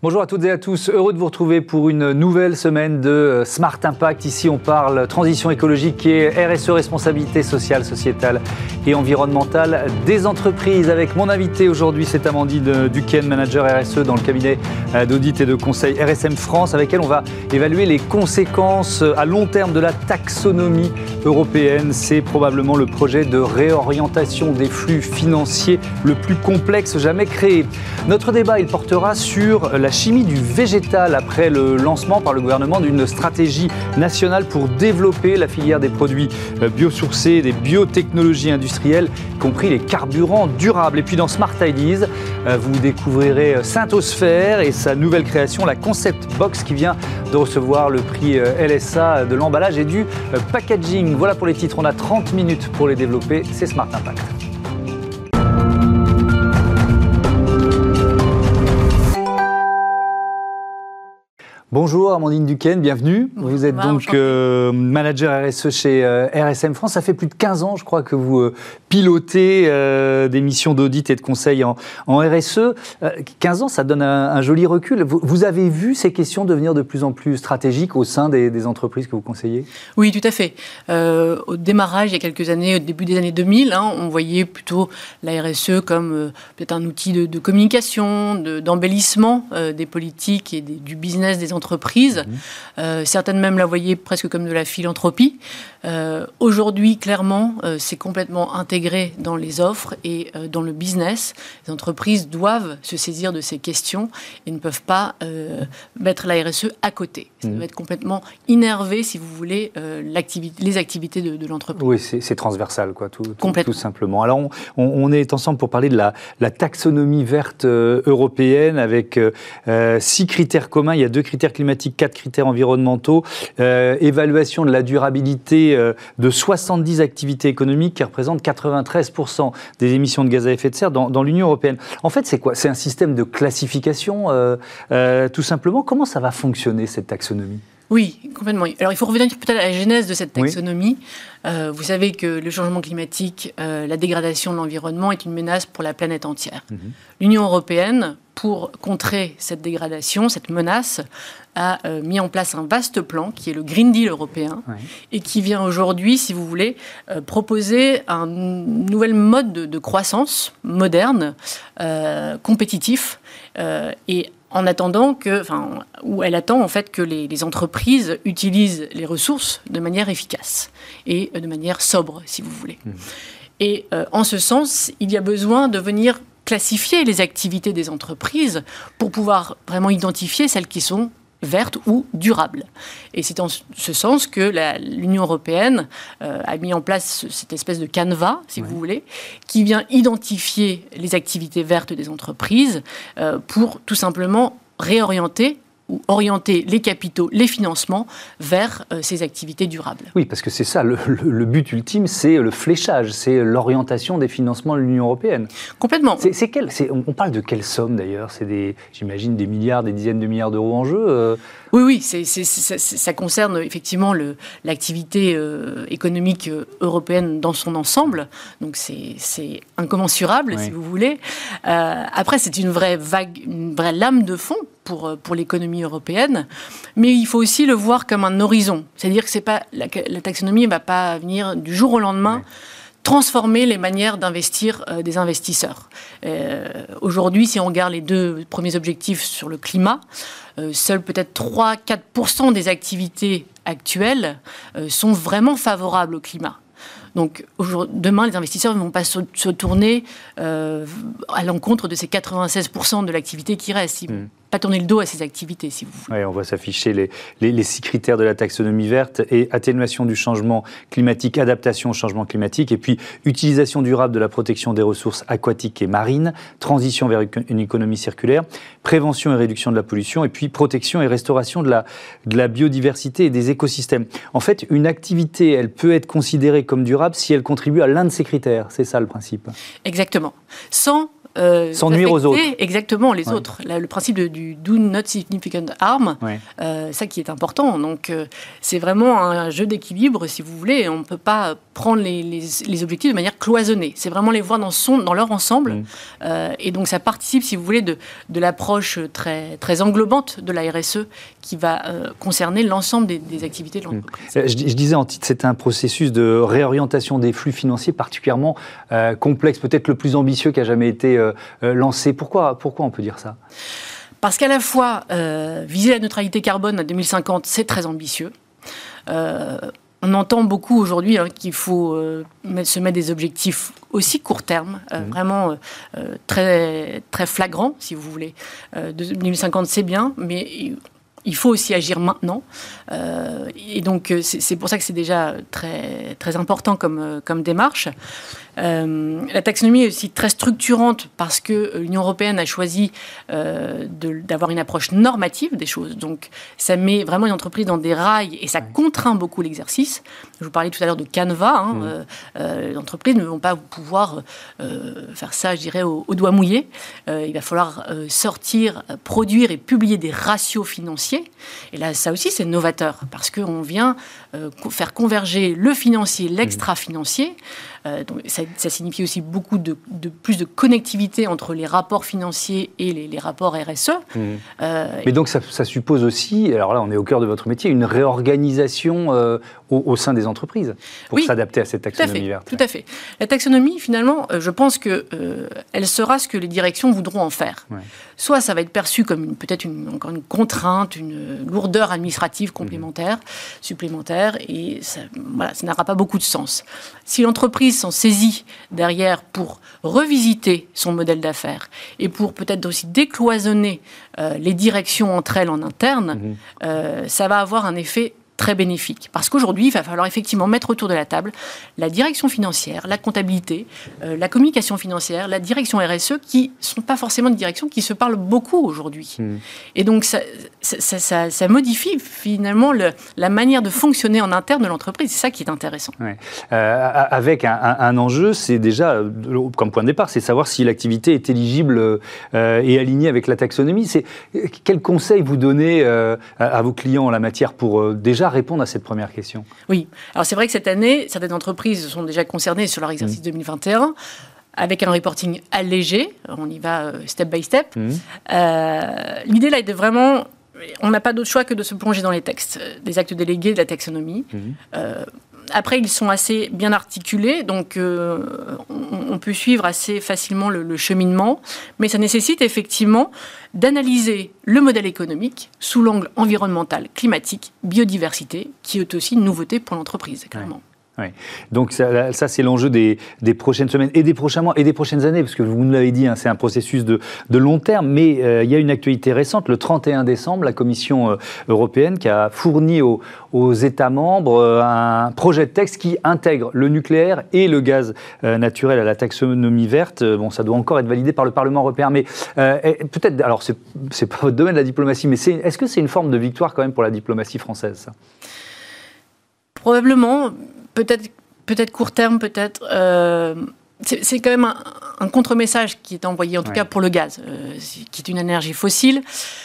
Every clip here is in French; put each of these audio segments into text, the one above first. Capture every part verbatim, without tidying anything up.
Bonjour à toutes et à tous, heureux de vous retrouver pour une nouvelle semaine de Smart Impact. Ici on parle transition écologique et R S E, responsabilité sociale, sociétale et environnementale des entreprises. Avec mon invité aujourd'hui, c'est Amandine Duquesne, manager R S E dans le cabinet d'audit et de conseil R S M France, avec elle on va évaluer les conséquences à long terme de la taxonomie européenne. C'est probablement le projet de réorientation des flux financiers le plus complexe jamais créé. Notre débat, il portera sur la chimie du végétal après le lancement par le gouvernement d'une stratégie nationale pour développer la filière des produits biosourcés, des biotechnologies industrielles, y compris les carburants durables. Et puis dans Smart Ideas, vous découvrirez Synthosphère et sa nouvelle création, la Concept Box, qui vient de recevoir le prix L S A de l'emballage et du packaging. Voilà pour les titres, on a trente minutes pour les développer, c'est Smart Impact. Bonjour Amandine Duquesne, bienvenue. Bonjour, vous êtes donc euh, manager R S E chez euh, R S M France. Ça fait plus de quinze ans, je crois, que vous euh, pilotez euh, des missions d'audit et de conseil en, en R S E. Euh, quinze ans, ça donne un, un joli recul. Vous, vous avez vu ces questions devenir de plus en plus stratégiques au sein des, des entreprises que vous conseillez ? Oui, tout à fait. Euh, au démarrage, il y a quelques années, au début des années deux mille, hein, on voyait plutôt la R S E comme euh, peut-être un outil de, de communication, de, d'embellissement euh, des politiques et des, du business des entreprises. Entreprises. Mmh. Euh, certaines même la voyaient presque comme de la philanthropie. Euh, aujourd'hui, clairement, euh, c'est complètement intégré dans les offres et euh, dans le business. Les entreprises doivent se saisir de ces questions et ne peuvent pas euh, mettre la R S E à côté. Ça mmh. doit être complètement innervé, si vous voulez, euh, l'activité, les activités de, de l'entreprise. Oui, c'est, c'est transversal, quoi, tout, tout, tout simplement. Alors, on, on est ensemble pour parler de la, la taxonomie verte euh, européenne avec euh, six critères communs. Il y a deux critères climatiques, quatre critères environnementaux, euh, évaluation de la durabilité euh, de soixante-dix activités économiques qui représentent quatre-vingt-treize pour cent des émissions de gaz à effet de serre dans, dans l'Union européenne. En fait, c'est quoi ? C'est un système de classification, euh, euh, tout simplement. Comment ça va fonctionner, cette taxonomie ? Oui, complètement. Alors, il faut revenir peut-être à la genèse de cette taxonomie. Oui. Euh, vous savez que le changement climatique, euh, la dégradation de l'environnement est une menace pour la planète entière. Mmh. L'Union européenne, pour contrer cette dégradation, cette menace, a euh, mis en place un vaste plan qui est le Green Deal européen oui. et qui vient aujourd'hui, si vous voulez, euh, proposer un nouvel mode de, de croissance moderne, euh, compétitif euh, et en attendant que, enfin, où elle attend en fait que les, les entreprises utilisent les ressources de manière efficace et de manière sobre, si vous voulez. Mmh. Et euh, en ce sens, il y a besoin de venir classifier les activités des entreprises pour pouvoir vraiment identifier celles qui sont vertes ou durables. Et c'est en ce sens que la, l'Union européenne euh, a mis en place cette espèce de canevas, si oui. vous voulez, qui vient identifier les activités vertes des entreprises euh, pour tout simplement réorienter ou orienter les capitaux, les financements vers euh, ces activités durables. Oui, parce que c'est ça, le, le, le but ultime, c'est le fléchage, c'est l'orientation des financements de l'Union européenne. Complètement. C'est, c'est quel, c'est, on parle de quelle somme d'ailleurs ? C'est des, j'imagine des milliards, des dizaines de milliards d'euros en jeu euh... Oui, oui, c'est, c'est, c'est, c'est, ça concerne effectivement le, l'activité euh, économique européenne dans son ensemble. Donc c'est, c'est incommensurable, oui. si vous voulez. Euh, après, c'est une vraie vague, une vraie lame de fond pour, pour l'économie européenne. Mais il faut aussi le voir comme un horizon. C'est-à-dire que c'est pas, la, la taxonomie ne va pas venir du jour au lendemain. Oui. Transformer les manières d'investir euh, des investisseurs. Euh, aujourd'hui, si on regarde les deux premiers objectifs sur le climat, euh, seuls peut-être trois à quatre pour cent des activités actuelles euh, sont vraiment favorables au climat. Donc, demain, les investisseurs ne vont pas se, se tourner euh, à l'encontre de ces quatre-vingt-seize pour cent de l'activité qui reste. Ils vont mmh. pas tourner le dos à ces activités, si vous voulez. Oui, on voit s'afficher les, les, les six critères de la taxonomie verte et atténuation du changement climatique, adaptation au changement climatique, et puis utilisation durable de la protection des ressources aquatiques et marines, transition vers une économie circulaire, prévention et réduction de la pollution, et puis protection et restauration de la, de la biodiversité et des écosystèmes. En fait, une activité, elle peut être considérée comme durable si elle contribue à l'un de ces critères. C'est ça le principe. Exactement. Sans euh, sans nuire aux autres. Exactement, les ouais. autres. Là, le principe de, du do not significant harm, ouais. euh, ça qui est important. Donc, euh, c'est vraiment un jeu d'équilibre, si vous voulez. On ne peut pas prendre les, les, les objectifs de manière cloisonnée. C'est vraiment les voir dans, son, dans leur ensemble. Mmh. Euh, et donc, ça participe, si vous voulez, de, de l'approche très, très englobante de la R S E qui va euh, concerner l'ensemble des, des activités de l'entreprise. Mmh. Je, je disais en titre, c'est un processus de réorientation des flux financiers particulièrement euh, complexe, peut-être le plus ambitieux qui a jamais été euh, lancé. Pourquoi, pourquoi on peut dire ça ? Parce qu'à la fois, euh, viser la neutralité carbone à deux mille cinquante, c'est très ambitieux. Euh, on entend beaucoup aujourd'hui hein, qu'il faut euh, se mettre des objectifs aussi court terme, euh, mmh. vraiment euh, très, très flagrants, si vous voulez. Euh, deux mille cinquante, c'est bien, mais il faut aussi agir maintenant. Euh, et donc, c'est, c'est pour ça que c'est déjà très, très important comme, comme démarche. Euh, la taxonomie est aussi très structurante parce que l'Union européenne a choisi euh, de, d'avoir une approche normative des choses. Donc, ça met vraiment une entreprise dans des rails et ça contraint beaucoup l'exercice. Je vous parlais tout à l'heure de Canva. Hein, mmh. euh, euh, les entreprises ne vont pas pouvoir euh, faire ça, je dirais, au, au doigt mouillé. Euh, il va falloir euh, sortir, produire et publier des ratios financiers. Et là, ça aussi, c'est novateur parce qu'on vient euh, faire converger le financier, l'extra-financier. Euh, donc ça, ça signifie aussi beaucoup de, de plus de connectivité entre les rapports financiers et les, les rapports R S E. Mmh. Euh, Mais donc ça, ça suppose aussi, alors là on est au cœur de votre métier, une réorganisation euh, au, au sein des entreprises pour oui, s'adapter à cette taxonomie verte. Tout à fait. La taxonomie, finalement, euh, je pense qu'elle euh, sera ce que les directions voudront en faire. Ouais. Soit ça va être perçu comme une, peut-être une, encore une contrainte, une lourdeur administrative complémentaire, mmh. supplémentaire, et ça, voilà, ça n'aura pas beaucoup de sens. Si l'entreprise s'en saisit derrière pour revisiter son modèle d'affaires et pour peut-être aussi décloisonner euh, les directions entre elles en interne, mmh. euh, ça va avoir un effet très bénéfique. Parce qu'aujourd'hui, il va falloir effectivement mettre autour de la table la direction financière, la comptabilité, euh, la communication financière, la direction R S E, qui ne sont pas forcément des directions qui se parlent beaucoup aujourd'hui. Mmh. Et donc, ça, ça, ça, ça modifie finalement le, la manière de fonctionner en interne de l'entreprise. C'est ça qui est intéressant. Ouais. Euh, avec un, un, un enjeu, c'est déjà, comme point de départ, c'est savoir si l'activité est éligible euh, et alignée avec la taxonomie. C'est, quel conseil vous donnez euh, à, à vos clients en la matière pour euh, déjà répondre à cette première question? Oui, alors c'est vrai que cette année, certaines entreprises sont déjà concernées sur leur exercice mmh. deux mille vingt et un, avec un reporting allégé, on y va step by step. Mmh. Euh, l'idée là est de vraiment, on n'a pas d'autre choix que de se plonger dans les textes, des actes délégués de la taxonomie. Mmh. Euh, Après, ils sont assez bien articulés, donc euh, on, on peut suivre assez facilement le, le cheminement, mais ça nécessite effectivement d'analyser le modèle économique sous l'angle environnemental, climatique, biodiversité, qui est aussi une nouveauté pour l'entreprise, clairement. Ouais. Oui. Donc ça, ça c'est l'enjeu des, des prochaines semaines et des prochains mois et des prochaines années, parce que vous nous l'avez dit, hein, c'est un processus de, de long terme, mais euh, il y a une actualité récente, le trente et un décembre, la Commission euh, européenne qui a fourni aux, aux États membres euh, un projet de texte qui intègre le nucléaire et le gaz euh, naturel à la taxonomie verte. Bon, ça doit encore être validé par le Parlement européen, mais euh, peut-être, alors c'est, c'est pas votre domaine la diplomatie, mais c'est, est-ce que c'est une forme de victoire quand même pour la diplomatie française, ça ? Probablement. Peut-être, peut-être court terme, peut-être. Euh, c'est, c'est quand même un, un contre-message qui est envoyé, en tout ouais. cas pour le gaz, euh, qui est une énergie fossile.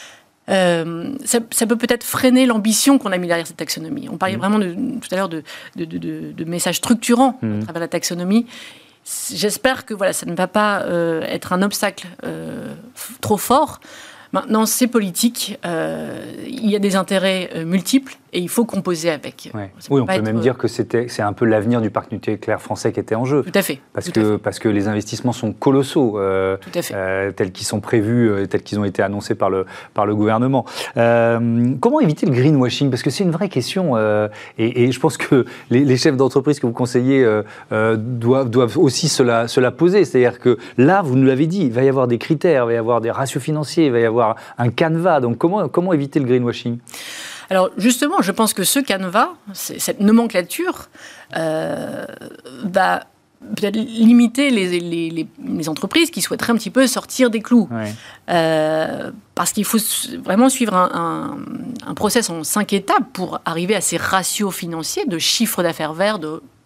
Euh, ça, ça peut peut-être freiner l'ambition qu'on a mis derrière cette taxonomie. On parlait mmh. vraiment de, tout à l'heure de, de, de, de, de messages structurants mmh. à travers la taxonomie. J'espère que voilà, ça ne va pas euh, être un obstacle euh, f- trop fort. Maintenant, c'est politique, euh, il y a des intérêts euh, multiples et il faut composer avec. Ouais. Oui, on peut être... même dire que c'était, c'est un peu l'avenir du parc nucléaire français qui était en jeu. Tout à fait. Parce, tout que, à fait. parce que les investissements sont colossaux, euh, tout à fait. Euh, tels qu'ils sont prévus, euh, tels qu'ils ont été annoncés par le, par le gouvernement. Euh, comment éviter le greenwashing ? Parce que c'est une vraie question euh, et, et je pense que les, les chefs d'entreprise que vous conseillez euh, euh, doivent, doivent aussi se la, se la poser. C'est-à-dire que là, vous nous l'avez dit, il va y avoir des critères, il va y avoir des ratios financiers, il va y avoir un canevas. Donc comment, comment éviter le greenwashing ? Alors justement, je pense que ce canevas, cette nomenclature, euh, va peut-être limiter les, les, les, les entreprises qui souhaiteraient un petit peu sortir des clous. Ouais. Euh, parce qu'il faut vraiment suivre un, un, un process en cinq étapes pour arriver à ces ratios financiers de chiffre d'affaires vert de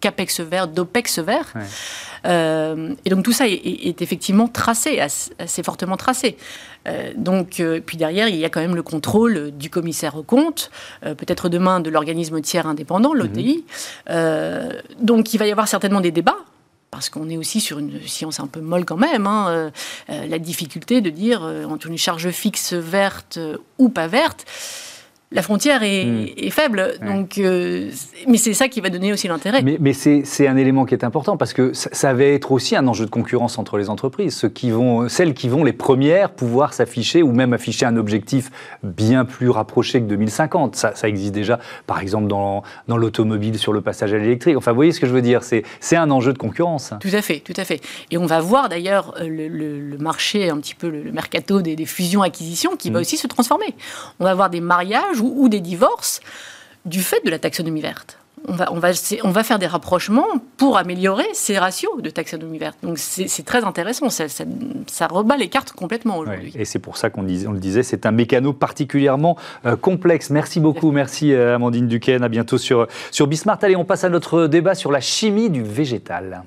CAPEX vert, d'OPEX vert. Ouais. Euh, et donc tout ça est, est, est effectivement tracé, assez, assez fortement tracé. Euh, donc, euh, puis derrière, il y a quand même le contrôle du commissaire aux comptes, euh, peut-être demain de l'organisme tiers indépendant, l'O T I. Mmh. Euh, donc il va y avoir certainement des débats. Parce qu'on est aussi sur une science un peu molle quand même, hein, euh, euh, la difficulté de dire euh, entre une charge fixe verte euh, ou pas verte, la frontière est, mmh. est faible. Ouais. Donc, euh, mais c'est ça qui va donner aussi l'intérêt. Mais, mais c'est, c'est un élément qui est important parce que ça, ça va être aussi un enjeu de concurrence entre les entreprises. Ceux qui vont, celles qui vont les premières pouvoir s'afficher ou même afficher un objectif bien plus rapproché que deux mille cinquante. Ça, ça existe déjà, par exemple, dans, dans l'automobile sur le passage à l'électrique. Enfin, vous voyez ce que je veux dire, c'est, c'est un enjeu de concurrence. Tout à fait, tout à fait. Et on va voir d'ailleurs le, le, le marché, un petit peu le, le mercato des, des fusions-acquisitions qui mmh. va aussi se transformer. On va avoir des mariages ou, ou des divorces du fait de la taxonomie verte. On va, on va, on va faire des rapprochements pour améliorer ces ratios de taxonomie verte. Donc c'est, c'est très intéressant, ça, ça, ça rebat les cartes complètement aujourd'hui. Ouais, et c'est pour ça qu'on disait, on le disait, c'est un mécano particulièrement euh, complexe. Merci beaucoup, merci euh, Amandine Duquesne, à bientôt sur, sur Bismart. Allez, on passe à notre débat sur la chimie du végétal.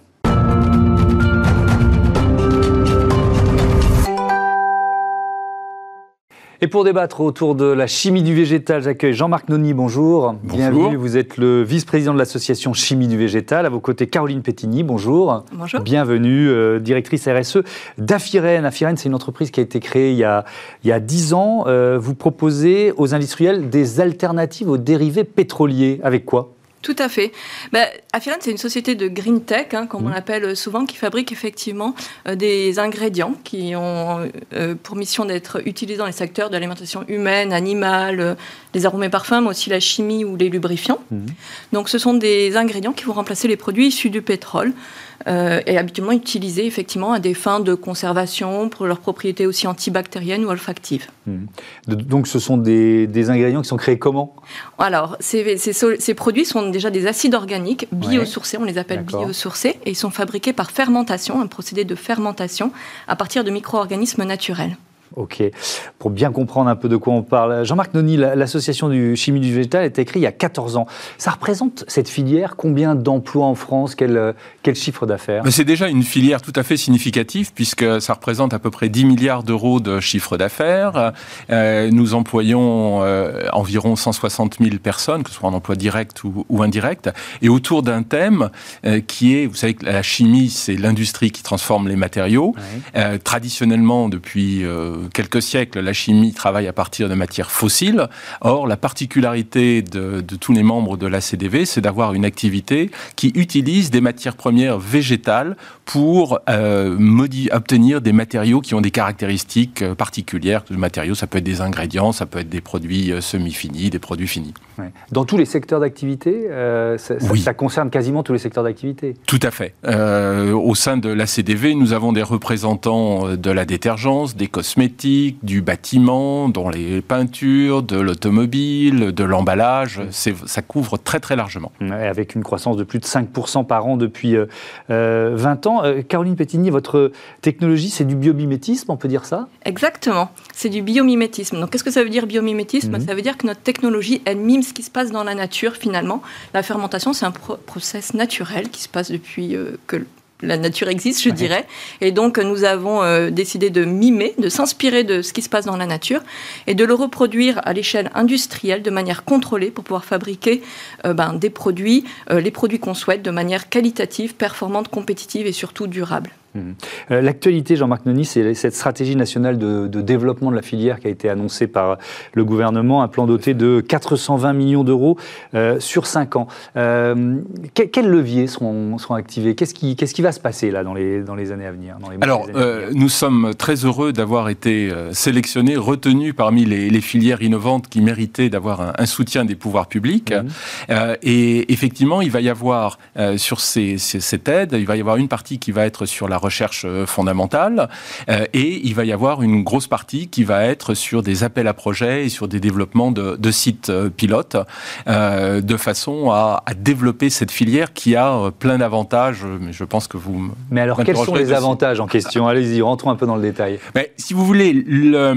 Et pour débattre autour de la chimie du végétal, j'accueille Jean-Marc Nony, bonjour. Bonjour. Bienvenue, vous êtes le vice-président de l'association Chimie du végétal. À vos côtés, Caroline Pétigny, bonjour. Bonjour. Bienvenue, euh, directrice R S E d'Afiren. Afiren, c'est une entreprise qui a été créée il y a, il y a dix ans. Euh, vous proposez aux industriels des alternatives aux dérivés pétroliers. Avec quoi ? Tout à fait. Bah, Afiren, c'est une société de green tech, hein, comme mmh. on l'appelle souvent, qui fabrique effectivement euh, des ingrédients qui ont euh, pour mission d'être utilisés dans les secteurs de l'alimentation humaine, animale, euh, les arômes et parfums, mais aussi la chimie ou les lubrifiants. Mmh. Donc, ce sont des ingrédients qui vont remplacer les produits issus du pétrole euh, et habituellement utilisés effectivement à des fins de conservation, pour leurs propriétés aussi antibactériennes ou olfactives. Mmh. Donc, ce sont des, des ingrédients qui sont créés comment ? Alors, ces, ces, ces produits sont déjà des acides organiques biosourcés, ouais. on les appelle D'accord. biosourcés, et ils sont fabriqués par fermentation, un procédé de fermentation à partir de micro-organismes naturels. Ok. Pour bien comprendre un peu de quoi on parle, Jean-Marc Nony, l'association du chimie du végétal a été créée il y a quatorze ans. Ça représente, cette filière, combien d'emplois en France ? Quel, quel chiffre d'affaires ? Mais c'est déjà une filière tout à fait significative, puisque ça représente à peu près dix milliards d'euros de chiffre d'affaires. Euh, nous employons euh, environ cent soixante mille personnes, que ce soit en emploi direct ou, ou indirect, et autour d'un thème euh, qui est, vous savez que la chimie, c'est l'industrie qui transforme les matériaux. Oui. Euh, traditionnellement, depuis euh, quelques siècles, la chimie travaille à partir de matières fossiles. Or, la particularité de, de tous les membres de l'A C D V, c'est d'avoir une activité qui utilise des matières premières végétales pour euh, modi- obtenir des matériaux qui ont des caractéristiques particulières. Les matériaux, ça peut être des ingrédients, ça peut être des produits semi-finis, des produits finis. Ouais. Dans tous les secteurs d'activité, euh, ça, oui. ça concerne quasiment tous les secteurs d'activité. Tout à fait. Euh, au sein de l'A C D V, nous avons des représentants de la détergence, des cosmétiques, du bâtiment, dans les peintures, de l'automobile, de l'emballage. C'est, ça couvre très très largement. Ouais, avec une croissance de plus de cinq pour cent par an depuis euh, vingt ans. Euh, Caroline Pétigny, votre technologie, c'est du biomimétisme, on peut dire ça ? Exactement, c'est du biomimétisme. Donc qu'est-ce que ça veut dire biomimétisme ? mmh. Ça veut dire que notre technologie, elle mime ce qui se passe dans la nature finalement. La fermentation, c'est un pro- process naturel qui se passe depuis euh, que la nature existe, je ouais. dirais. Et donc, nous avons euh, décidé de mimer, de s'inspirer de ce qui se passe dans la nature et de le reproduire à l'échelle industrielle de manière contrôlée pour pouvoir fabriquer euh, ben, des produits, euh, les produits qu'on souhaite de manière qualitative, performante, compétitive et surtout durable. Mmh. Euh, l'actualité, Jean-Marc Nony, c'est cette stratégie nationale de, de développement de la filière qui a été annoncée par le gouvernement, un plan doté de quatre cent vingt millions d'euros euh, sur cinq ans. Euh, que, quels leviers seront, seront activés ? Qu'est-ce qui, qu'est-ce qui va se passer là dans les, dans les années à venir dans les Alors, années euh, à venir nous sommes très heureux d'avoir été sélectionnés, retenus parmi les, les filières innovantes qui méritaient d'avoir un, un soutien des pouvoirs publics. Mmh. Euh, et effectivement, il va y avoir euh, sur ces, ces, cette aide, il va y avoir une partie qui va être sur la recherche fondamentale euh, et il va y avoir une grosse partie qui va être sur des appels à projets et sur des développements de, de sites euh, pilotes euh, de façon à, à développer cette filière qui a euh, plein d'avantages, mais je pense que vous... Mais alors quels sont les avantages en question ? Allez-y, rentrons un peu dans le détail. Mais, si vous voulez, le...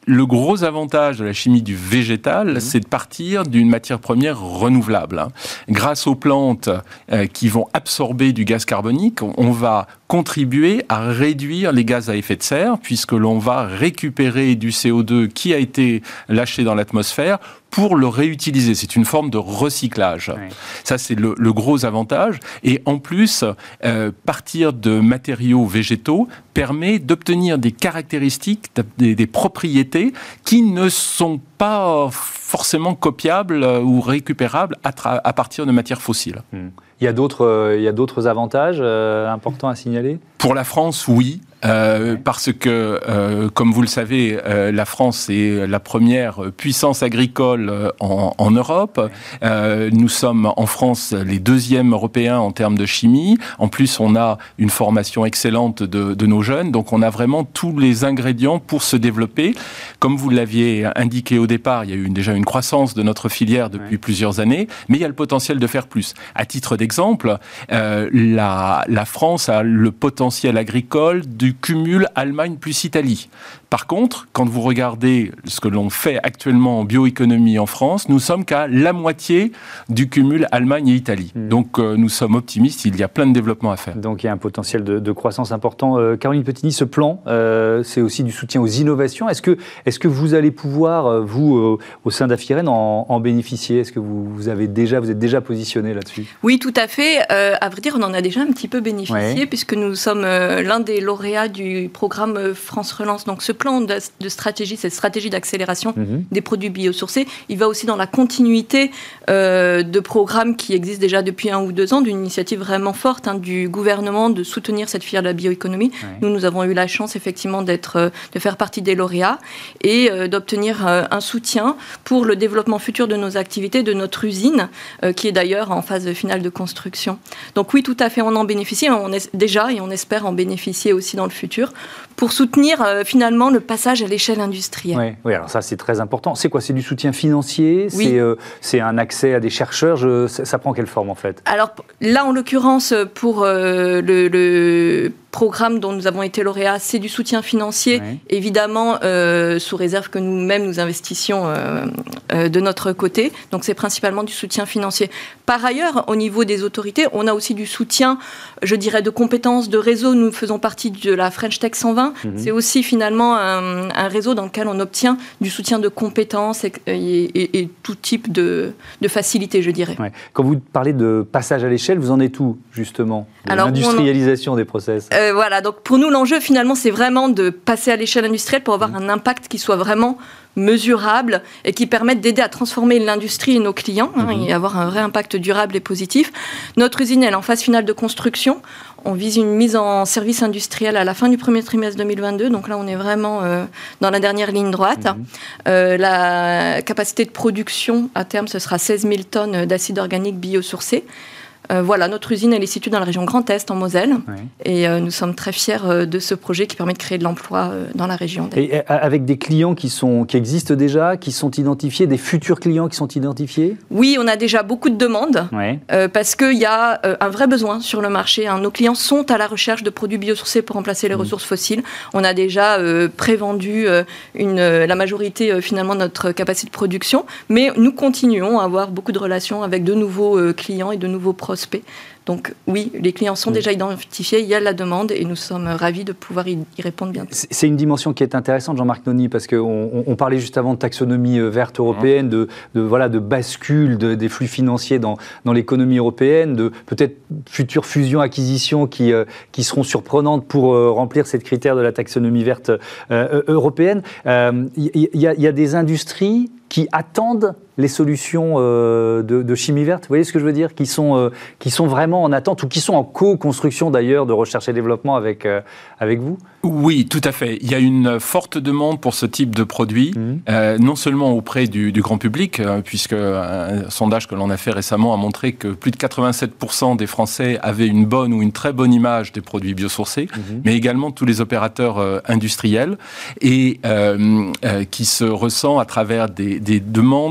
le gros avantage de la chimie du végétal, mmh. c'est de partir d'une matière première renouvelable. Hein. Grâce aux plantes euh, qui vont absorber du gaz carbonique, on, on va contribuer à réduire les gaz à effet de serre, puisque l'on va récupérer du C O deux qui a été lâché dans l'atmosphère pour le réutiliser. C'est une forme de recyclage. Oui. Ça, c'est le, le gros avantage. Et en plus, euh, partir de matériaux végétaux permet d'obtenir des caractéristiques, des, des propriétés qui ne sont pas forcément copiables ou récupérables à, tra- à partir de matières fossiles. Mmh. Il y a d'autres, euh, il y a d'autres avantages euh, importants à signaler ? Pour la France, oui. Euh, parce que, euh, comme vous le savez, euh, la France est la première puissance agricole euh, en, en Europe. Euh, nous sommes en France les deuxièmes européens en termes de chimie. En plus, on a une formation excellente de, de nos jeunes. Donc, on a vraiment tous les ingrédients pour se développer. Comme vous l'aviez indiqué au départ, il y a eu une, déjà une croissance de notre filière depuis ouais. plusieurs années, mais il y a le potentiel de faire plus. À titre d'exemple, euh, la, la France a le potentiel agricole du cumul Allemagne plus Italie. Par contre, quand vous regardez ce que l'on fait actuellement en bioéconomie en France, nous sommes qu'à la moitié du cumul Allemagne et Italie. Mmh. Donc euh, nous sommes optimistes, il y a plein de développements à faire. Donc il y a un potentiel de, de croissance important. Euh, Caroline Petigny, ce plan, euh, c'est aussi du soutien aux innovations. Est-ce que, est-ce que vous allez pouvoir, vous, euh, au sein d'Afiren, en, en bénéficier ? Est-ce que vous, vous, avez déjà, vous êtes déjà positionné là-dessus ? Oui, tout à fait. Euh, à vrai dire, on en a déjà un petit peu bénéficié, ouais. puisque nous sommes euh, l'un des lauréats du programme France Relance. Donc ce plan de, de stratégie, cette stratégie d'accélération mmh. des produits biosourcés, il va aussi dans la continuité euh, de programmes qui existent déjà depuis un ou deux ans, d'une initiative vraiment forte hein, du gouvernement de soutenir cette filière de la bioéconomie. Ouais. Nous, nous avons eu la chance effectivement d'être, euh, de faire partie des lauréats et euh, d'obtenir euh, un soutien pour le développement futur de nos activités, de notre usine, euh, qui est d'ailleurs en phase finale de construction. Donc oui, tout à fait, on en bénéficie on est déjà et on espère en bénéficier aussi dans le futur pour soutenir euh, finalement le passage à l'échelle industrielle. Oui, oui, alors ça c'est très important. C'est quoi ? C'est du soutien financier ? Oui. C'est, euh, c'est un accès à des chercheurs je, ça, ça prend quelle forme en fait ? Alors là, en l'occurrence, pour euh, le, le programme dont nous avons été lauréats, c'est du soutien financier, oui. évidemment, euh, sous réserve que nous-mêmes nous investissions euh, euh, de notre côté. Donc c'est principalement du soutien financier. Par ailleurs, au niveau des autorités, on a aussi du soutien, je dirais, de compétences, de réseau. Nous faisons partie de la French Tech cent vingt. Mmh. C'est aussi finalement un, un réseau dans lequel on obtient du soutien de compétences et, et, et, et tout type de, de facilité, je dirais. Ouais. Quand vous parlez de passage à l'échelle, vous en êtes où, justement, de Alors, l'industrialisation en... des process ? euh, Voilà, donc pour nous, l'enjeu, finalement, c'est vraiment de passer à l'échelle industrielle pour avoir mmh. un impact qui soit vraiment mesurable et qui permettent d'aider à transformer l'industrie et nos clients hein, mmh. et avoir un vrai impact durable et positif. Notre usine, elle est en phase finale de construction. On vise une mise en service industriel à la fin du premier trimestre deux mille vingt-deux. Donc là, on est vraiment euh, dans la dernière ligne droite. Mmh. Euh, la capacité de production, à terme, ce sera seize mille tonnes d'acide organique biosourcé. Euh, voilà, notre usine, elle est située dans la région Grand Est, en Moselle. Oui. Et euh, nous sommes très fiers euh, de ce projet qui permet de créer de l'emploi euh, dans la région. Et avec des clients qui, sont, qui existent déjà, qui sont identifiés, des futurs clients qui sont identifiés ? Oui, on a déjà beaucoup de demandes, oui. euh, parce qu'il y a euh, un vrai besoin sur le marché. Hein. Nos clients sont à la recherche de produits biosourcés pour remplacer les mmh. ressources fossiles. On a déjà euh, prévendu euh, une, euh, la majorité, euh, finalement, de notre capacité de production. Mais nous continuons à avoir beaucoup de relations avec de nouveaux euh, clients et de nouveaux prospects. Donc oui, les clients sont oui. déjà identifiés, il y a la demande et nous sommes ravis de pouvoir y répondre bientôt. C'est une dimension qui est intéressante, Jean-Marc Noni, parce qu'on on parlait juste avant de taxonomie verte européenne, de, de, voilà, de bascule de, des flux financiers dans, dans l'économie européenne, de peut-être futures fusions-acquisitions qui, euh, qui seront surprenantes pour euh, remplir ces critères de la taxonomie verte euh, européenne. Il euh, y, y, y a des industries qui attendent les solutions euh, de, de chimie verte, vous voyez ce que je veux dire, qui sont, euh, qui sont vraiment en attente ou qui sont en co-construction d'ailleurs de recherche et développement avec, euh, avec vous ? Oui, tout à fait. Il y a une forte demande pour ce type de produit, mmh. euh, non seulement auprès du, du grand public, euh, puisque un sondage que l'on a fait récemment a montré que plus de quatre-vingt-sept pour cent des Français avaient une bonne ou une très bonne image des produits biosourcés, mmh. mais également tous les opérateurs euh, industriels, et euh, euh, qui se ressent à travers des, des demandes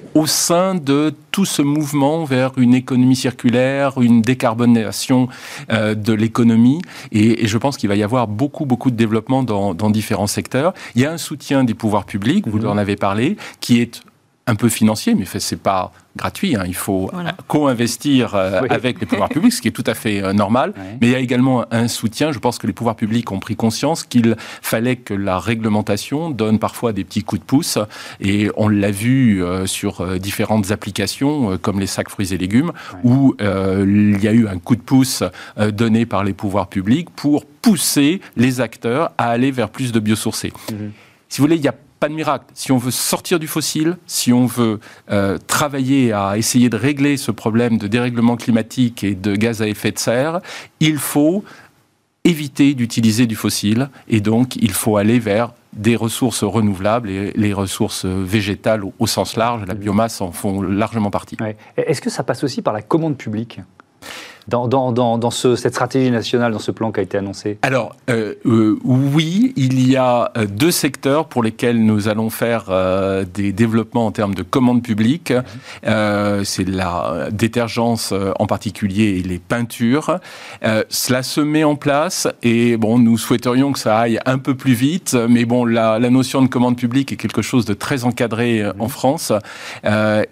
au sein de tout ce mouvement vers une économie circulaire, une décarbonation euh, de l'économie. Et, et je pense qu'il va y avoir beaucoup, beaucoup de développement dans, dans différents secteurs. Il y a un soutien des pouvoirs publics, vous mmh. en avez parlé, qui est un peu financier, mais c'est pas gratuit. Hein. Il faut voilà. co-investir euh, oui. avec les pouvoirs publics, ce qui est tout à fait euh, normal. Oui. Mais il y a également un soutien. Je pense que les pouvoirs publics ont pris conscience qu'il fallait que la réglementation donne parfois des petits coups de pouce. Et on l'a vu euh, sur euh, différentes applications, euh, comme les sacs fruits et légumes, oui. où euh, il y a eu un coup de pouce euh, donné par les pouvoirs publics pour pousser les acteurs à aller vers plus de biosourcés. Mm-hmm. Si vous voulez, il y a pas de miracle. Si on veut sortir du fossile, si on veut euh, travailler à essayer de régler ce problème de dérèglement climatique et de gaz à effet de serre, il faut éviter d'utiliser du fossile et donc il faut aller vers des ressources renouvelables et les ressources végétales au, au sens large. La biomasse en font largement partie. Ouais. Est-ce que ça passe aussi par la commande publique ? Dans, dans, dans, dans ce, cette stratégie nationale, dans ce plan qui a été annoncé ? Alors, euh, euh, oui, il y a deux secteurs pour lesquels nous allons faire euh, des développements en termes de commandes publiques. Mmh. Euh, c'est la détergence en particulier et les peintures. Euh, cela se met en place et bon, nous souhaiterions que ça aille un peu plus vite, mais bon, la, la notion de commande publique est quelque chose de très encadré mmh. en France. Euh,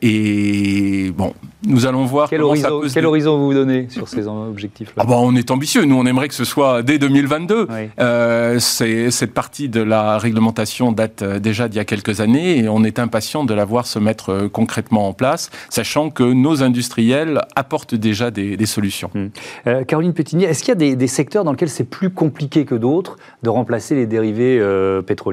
et bon, nous allons voir quel comment horizon, ça peut se... Quel horizon vous vous donnez sur ces objectifs-là ? Ah bah, on est ambitieux. Nous, on aimerait que ce soit dès deux mille vingt-deux. Oui. Euh, c'est, cette partie de la réglementation date déjà d'il y a quelques années et on est impatient de la voir se mettre concrètement en place, sachant que nos industriels apportent déjà des, des solutions. Hum. Euh, Caroline Pétinier, est-ce qu'il y a des, des secteurs dans lesquels c'est plus compliqué que d'autres de remplacer les dérivés euh, pétroliers ?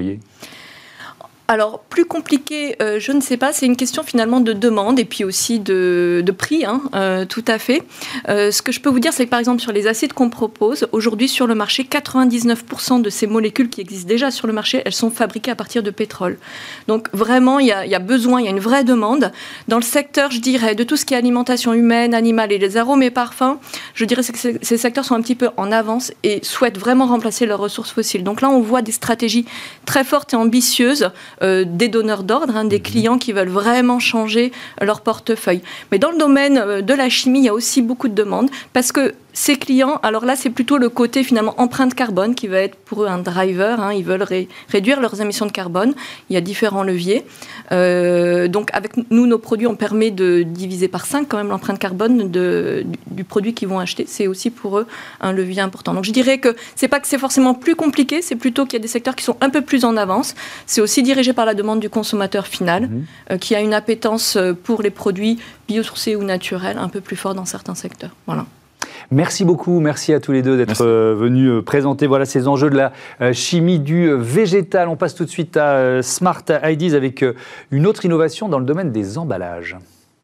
Alors, plus compliqué, euh, je ne sais pas, c'est une question finalement de demande et puis aussi de, de prix, hein, euh, tout à fait. Euh, ce que je peux vous dire, c'est que par exemple sur les acides qu'on propose, aujourd'hui sur le marché, quatre-vingt-dix-neuf pour cent de ces molécules qui existent déjà sur le marché, elles sont fabriquées à partir de pétrole. Donc vraiment, il y a, il y a besoin, il y a une vraie demande. Dans le secteur, je dirais, de tout ce qui est alimentation humaine, animale et les arômes et parfums, je dirais que ces secteurs sont un petit peu en avance et souhaitent vraiment remplacer leurs ressources fossiles. Donc là, on voit des stratégies très fortes et ambitieuses Euh, des donneurs d'ordre, hein, des clients qui veulent vraiment changer leur portefeuille. Mais dans le domaine euh, de la chimie, il y a aussi beaucoup de demandes parce que ces clients, alors là, c'est plutôt le côté finalement empreinte carbone qui va être pour eux un driver. Hein, ils veulent ré- réduire leurs émissions de carbone. Il y a différents leviers. Euh, donc, avec nous, nos produits, on permet de diviser par cinq quand même l'empreinte carbone de, du, du produit qu'ils vont acheter. C'est aussi pour eux un levier important. Donc, je dirais que c'est pas que c'est forcément plus compliqué, c'est plutôt qu'il y a des secteurs qui sont un peu plus en avance. C'est aussi dirigé par la demande du consommateur final, mmh. euh, qui a une appétence pour les produits biosourcés ou naturels un peu plus fort dans certains secteurs. Voilà. Merci beaucoup, merci à tous les deux d'être euh, venus euh, présenter voilà, ces enjeux de la euh, chimie du euh, végétal. On passe tout de suite à euh, Smart Ideas avec euh, une autre innovation dans le domaine des emballages.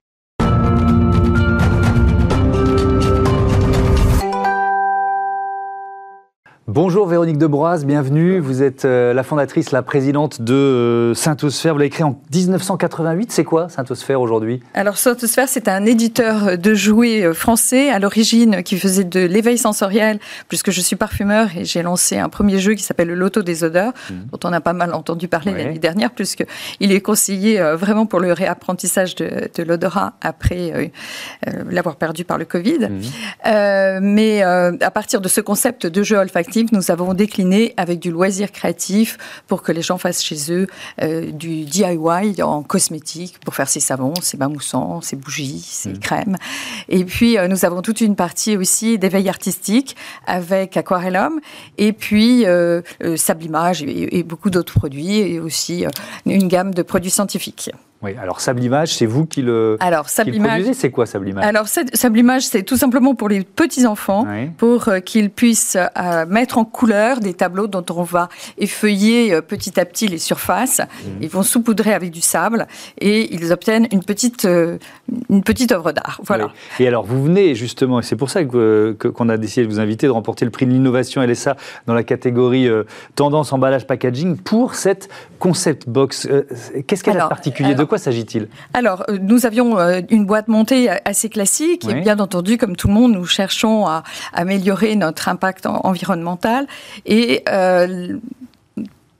Bonjour Véronique Debroise, bienvenue. Vous êtes euh, la fondatrice, la présidente de euh, Synthosphère. Vous l'avez créé en dix-neuf cent quatre-vingt-huit. C'est quoi Synthosphère aujourd'hui ? Alors Synthosphère, c'est un éditeur de jouets français à l'origine qui faisait de l'éveil sensoriel, puisque je suis parfumeur et j'ai lancé un premier jeu qui s'appelle le Loto des odeurs, mmh. dont on a pas mal entendu parler ouais. l'année dernière, puisqu'il est conseillé euh, vraiment pour le réapprentissage de, de l'odorat après euh, euh, l'avoir perdu par le Covid. Mmh. Euh, mais euh, à partir de ce concept de jeu olfactif, nous avons décliné avec du loisir créatif pour que les gens fassent chez eux euh, du D I Y en cosmétique pour faire ses savons, ses bains moussants, ses bougies, ses mmh. crèmes. Et puis, euh, nous avons toute une partie aussi d'éveil artistique avec Aquarellum et puis euh, euh, Sablimage et, et beaucoup d'autres produits et aussi euh, une gamme de produits scientifiques. Oui, alors Sablimage, c'est vous qui le, alors, qui le produisez. C'est quoi Sablimage ? Alors Sablimage, c'est tout simplement pour les petits-enfants, oui. pour euh, qu'ils puissent euh, mettre en couleur des tableaux dont on va effeuiller euh, petit à petit les surfaces. Mmh. Ils vont saupoudrer avec du sable et ils obtiennent une petite, euh, une petite œuvre d'art. Voilà. Oui. Et alors, vous venez justement, et c'est pour ça que, que, qu'on a décidé de vous inviter, de remporter le prix de l'innovation L S A dans la catégorie euh, tendance, emballage, packaging pour cette concept box. Euh, qu'est-ce qu'elle a de particulier ? Alors, de quoi s'agit-il ? Alors, euh, nous avions euh, une boîte montée assez classique oui. et bien entendu, comme tout le monde, nous cherchons à améliorer notre impact en- environnemental et euh,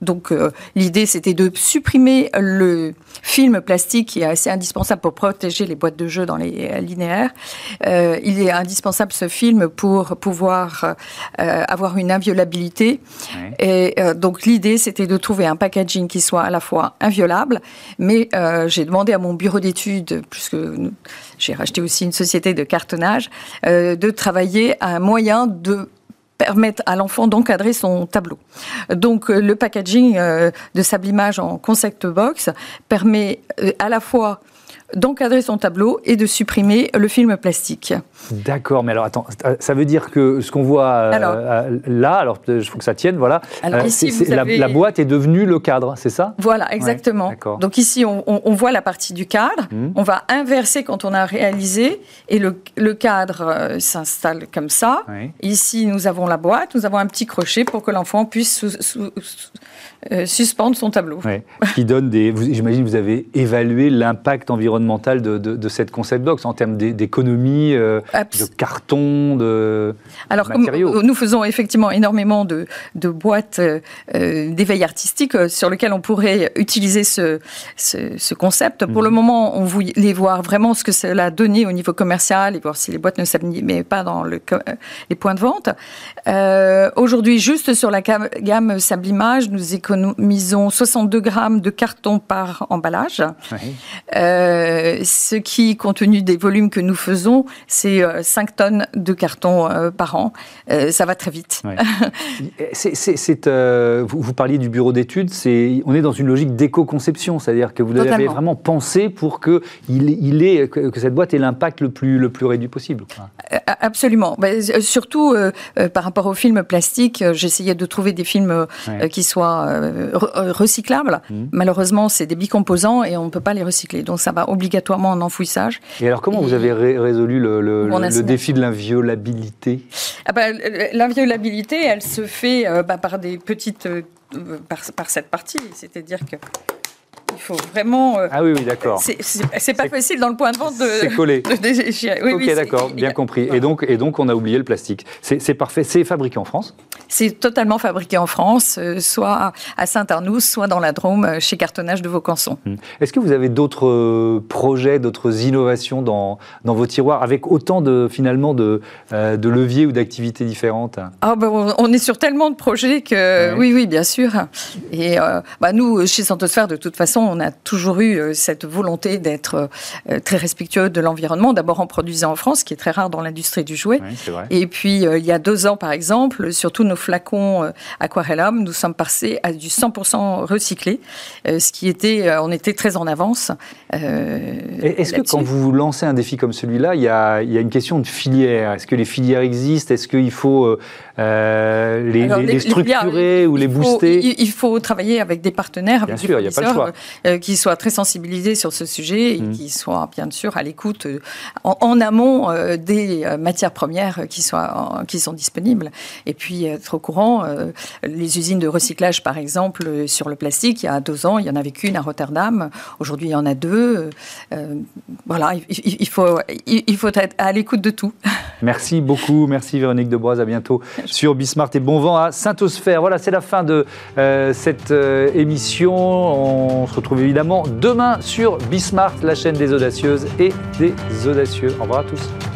Donc euh, l'idée, c'était de supprimer le film plastique qui est assez indispensable pour protéger les boîtes de jeux dans les euh, linéaires. Euh, il est indispensable, ce film, pour pouvoir euh, avoir une inviolabilité. Oui. Et euh, donc l'idée, c'était de trouver un packaging qui soit à la fois inviolable, mais euh, j'ai demandé à mon bureau d'études, puisque j'ai racheté aussi une société de cartonnage, euh, de travailler à un moyen de permettre à l'enfant d'encadrer son tableau. Donc le packaging euh, de Sublimage en concept box permet euh, à la fois d'encadrer son tableau et de supprimer le film plastique. D'accord, mais alors attends, ça veut dire que ce qu'on voit euh, alors, là, alors il faut que ça tienne, voilà, alors euh, ici, c'est, c'est, avez... la, la boîte est devenue le cadre, c'est ça ? Voilà, exactement. Ouais, donc ici, on, on, on voit la partie du cadre, mmh. on va inverser quand on a réalisé, et le, le cadre euh, s'installe comme ça. Oui. Ici, nous avons la boîte, nous avons un petit crochet pour que l'enfant puisse sous, sous, sous, euh, suspendre son tableau. Ouais. Qui donne des... Vous, j'imagine que vous avez évalué l'impact environnemental de, de, de cette concept box en termes d'économie, euh, de carton, de Alors, matériaux. Nous faisons effectivement énormément de, de boîtes euh, d'éveil artistique euh, sur lesquelles on pourrait utiliser ce, ce, ce concept. Pour mmh. le moment, on voulait voir vraiment ce que cela a donné au niveau commercial et voir si les boîtes ne s'abîmaient pas dans le, les points de vente. Euh, aujourd'hui, juste sur la gamme Sublimage, nous économisons soixante-deux grammes de carton par emballage. Oui. Euh, ce qui, compte tenu des volumes que nous faisons, c'est euh, cinq tonnes de carton euh, par an. Euh, ça va très vite. Ouais. c'est, c'est, c'est, euh, vous, vous parliez du bureau d'études, c'est, on est dans une logique d'éco-conception, c'est-à-dire que vous Totalement. avez vraiment pensé pour que, il, il ait, que, que cette boîte ait l'impact le plus, le plus réduit possible. Euh, absolument. Bah, surtout euh, euh, par rapport aux films plastiques, euh, j'essayais de trouver des films euh, ouais. qui soient euh, re- recyclables. Mmh. Malheureusement, c'est des bicomposants et on ne peut pas les recycler. Donc ça va obligatoirement en enfouissage. Et alors, comment et vous avez ré- résolu le, le, le, le défi de l'inviolabilité ? ah bah, L'inviolabilité, elle se fait euh, bah, par des petites... Euh, par, par cette partie. C'est-à-dire que il faut vraiment... Euh, ah oui, oui, d'accord. C'est, c'est, c'est pas c'est, facile dans le point de vente de... C'est collé. De, de, de, oui, ok, oui, d'accord, bien a, compris. Voilà. Et, donc, et donc, on a oublié le plastique. C'est, c'est parfait. C'est fabriqué en France ? C'est totalement fabriqué en France, euh, soit à Saint-Arnoux, soit dans la Drôme, chez Cartonnage de Vaucanson. Hum. Est-ce que vous avez d'autres projets, d'autres innovations dans, dans vos tiroirs, avec autant de, finalement, de, euh, de leviers ou d'activités différentes ? Ah ben, on est sur tellement de projets que... Ouais. Oui, oui, bien sûr. Et euh, bah, nous, chez Santosphère, de toute façon, on a toujours eu cette volonté d'être très respectueux de l'environnement, d'abord en produisant en France, ce qui est très rare dans l'industrie du jouet. Oui, c'est vrai. Et puis, euh, il y a deux ans, par exemple, sur tous nos flacons euh, Aquarellum, nous sommes passés à du cent pour cent recyclé, euh, ce qui était, euh, on était très en avance. Euh, Est-ce là-dessus. Que quand vous lancez un défi comme celui-là, il y a, il y a une question de filière ? Est-ce que les filières existent ? Est-ce qu'il faut euh, les, Alors, les, les structurer les, ou les booster ? il, il faut travailler avec des partenaires, bien avec sûr, des fournisseurs, euh, qui soient très sensibilisés sur ce sujet et mmh. qui soient bien sûr à l'écoute euh, en, en amont euh, des euh, matières premières qui, soient, euh, qui sont disponibles. Et puis être au courant, euh, les usines de recyclage par exemple euh, sur le plastique, il y a deux ans il n'y en avait qu'une à Rotterdam, aujourd'hui il y en a deux. Euh, voilà, il, il, il, faut, il, il faut être à l'écoute de tout. Merci beaucoup, merci Véronique Debroise, à bientôt sur Bismart et bon vent à Saint-Osphère. Voilà, c'est la fin de euh, cette euh, émission. On se retrouve évidemment demain sur Bismart, la chaîne des audacieuses et des audacieux. Au revoir à tous.